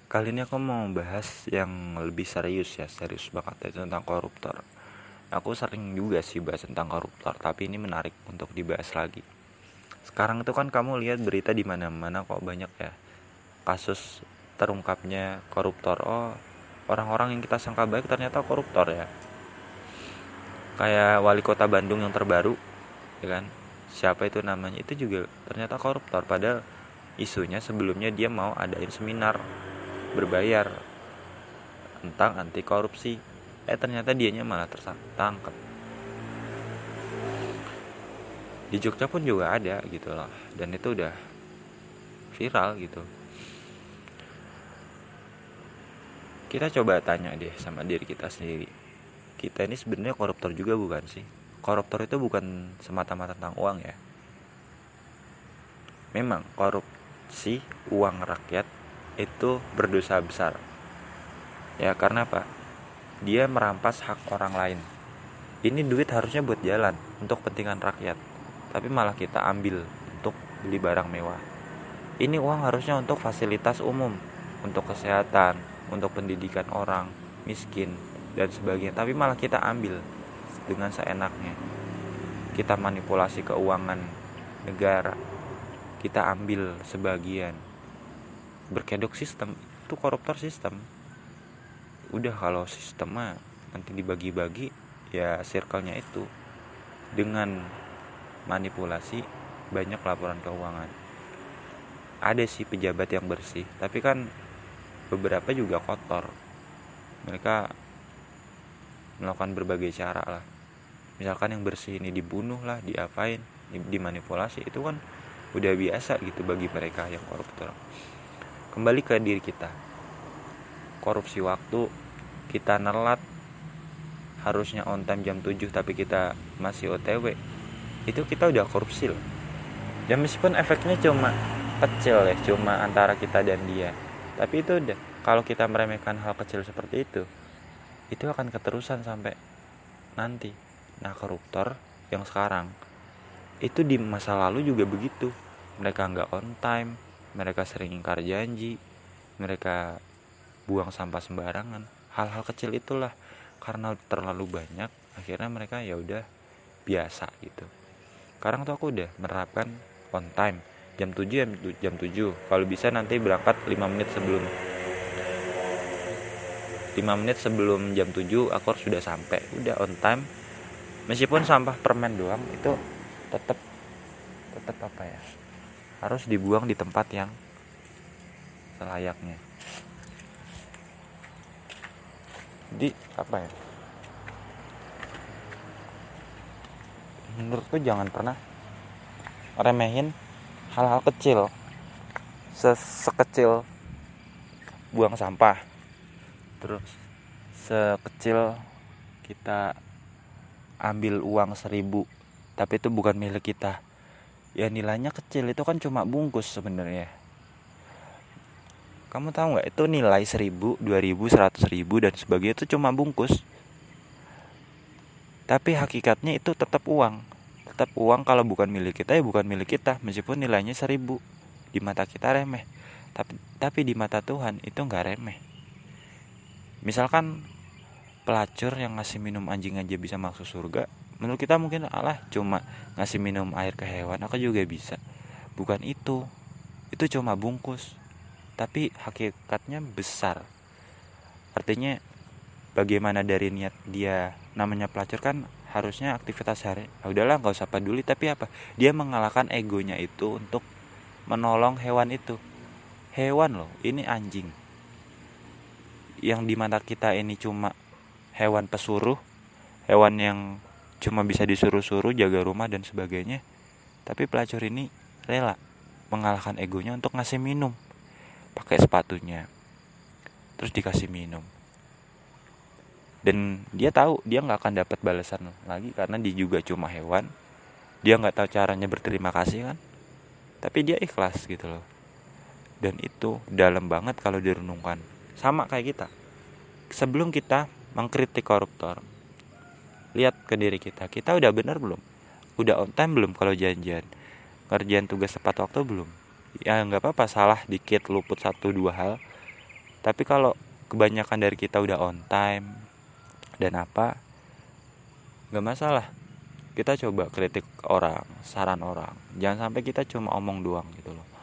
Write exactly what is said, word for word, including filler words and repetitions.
Kali ini aku mau bahas yang lebih serius ya, serius banget ya, tentang koruptor. Aku sering juga sih bahas tentang koruptor, tapi ini menarik untuk dibahas lagi. Sekarang itu kan kamu lihat berita di mana-mana kok banyak ya kasus terungkapnya koruptor. Oh, orang-orang yang kita sangka baik ternyata koruptor ya. Kayak wali kota Bandung yang terbaru, ya kan? Siapa itu namanya? Itu juga ternyata koruptor. Padahal isunya sebelumnya dia mau adain seminar berbayar tentang anti korupsi. Eh ternyata dianya malah tertangkap. Di Jogja pun juga ada gitu loh. Dan itu udah viral gitu. Kita coba tanya deh sama diri kita sendiri. Kita ini sebenarnya koruptor juga bukan sih? Koruptor itu bukan semata-mata tentang uang ya. Memang korupsi uang rakyat itu berdosa besar. Ya karena apa? Dia merampas hak orang lain. Ini duit harusnya buat jalan untuk kepentingan rakyat, tapi malah kita ambil untuk beli barang mewah. Ini uang harusnya untuk fasilitas umum, untuk kesehatan, untuk pendidikan orang miskin dan sebagainya, tapi malah kita ambil dengan seenaknya. Kita manipulasi keuangan negara, kita ambil sebagian. Berkedok sistem, itu koruptor sistem. Udah kalau sistemnya nanti dibagi-bagi, ya circle-nya itu dengan manipulasi banyak laporan keuangan. Ada sih pejabat yang bersih, tapi kan beberapa juga kotor. Mereka melakukan berbagai cara lah. Misalkan yang bersih ini dibunuh lah, diapain, dimanipulasi. Itu kan udah biasa gitu bagi mereka yang koruptor. Kembali ke diri kita. Korupsi waktu, kita nelat, harusnya on time jam tujuh tapi kita masih O T W. Itu kita udah korupsi loh. Ya meskipun efeknya cuma kecil ya, cuma antara kita dan dia. Tapi itu udah, kalau kita meremehkan hal kecil seperti itu, itu akan keterusan sampai nanti. Nah, koruptor yang sekarang itu di masa lalu juga begitu. Mereka nggak on time, mereka sering ingkar janji, mereka buang sampah sembarangan. Hal-hal kecil itulah, karena terlalu banyak, akhirnya mereka ya udah biasa gitu. Sekarang tuh aku udah menerapkan on time jam tujuh jam tujuh. Kalau bisa nanti berangkat lima menit sebelum lima menit sebelum jam tujuh aku harus sudah sampai, udah on time. Meskipun sampah permen doang itu tetap tetap apa ya? Harus dibuang di tempat yang selayaknya. Jadi apa ya? Menurutku jangan pernah remehin hal-hal kecil. Sekecil buang sampah. Terus sekecil kita ambil uang seribu, tapi itu bukan milik kita. Ya nilainya kecil, itu kan cuma bungkus sebenarnya. Kamu tahu nggak, itu nilai seribu, dua ribu, seratus ribu dan sebagainya itu cuma bungkus. Tapi hakikatnya itu tetap uang. Tetap uang, kalau bukan milik kita ya bukan milik kita. Meskipun nilainya seribu, di mata kita remeh, Tapi, tapi di mata Tuhan itu nggak remeh. Misalkan pelacur yang ngasih minum anjing aja bisa masuk surga, menurut kita mungkin alah cuma ngasih minum air ke hewan, aku juga bisa. Bukan itu. Itu cuma bungkus, tapi hakikatnya besar. Artinya bagaimana dari niat dia, namanya pelacur kan harusnya aktivitas hari, ah, udahlah nggak usah peduli, tapi apa, dia mengalahkan egonya itu untuk menolong hewan itu. Hewan loh, ini anjing yang di mata kita ini cuma hewan pesuruh, hewan yang cuma bisa disuruh-suruh jaga rumah dan sebagainya. Tapi pelacur ini rela mengalahkan egonya untuk ngasih minum, pakai sepatunya, terus dikasih minum. Dan dia tahu dia nggak akan dapat balasan lagi karena dia juga cuma hewan. Dia nggak tahu caranya berterima kasih kan, tapi dia ikhlas gitu loh. Dan itu dalam banget kalau direnungkan. Sama kayak kita, sebelum kita mengkritik koruptor, lihat ke diri kita. Kita udah benar belum? Udah on time belum kalau janjian? Ngerjain tugas tepat waktu belum? Ya nggak apa-apa, salah dikit, luput satu dua hal, Tapi kalau kebanyakan dari kita udah on time dan apa, nggak masalah. Kita coba kritik orang, saran orang. Jangan sampai kita cuma omong doang gitu loh.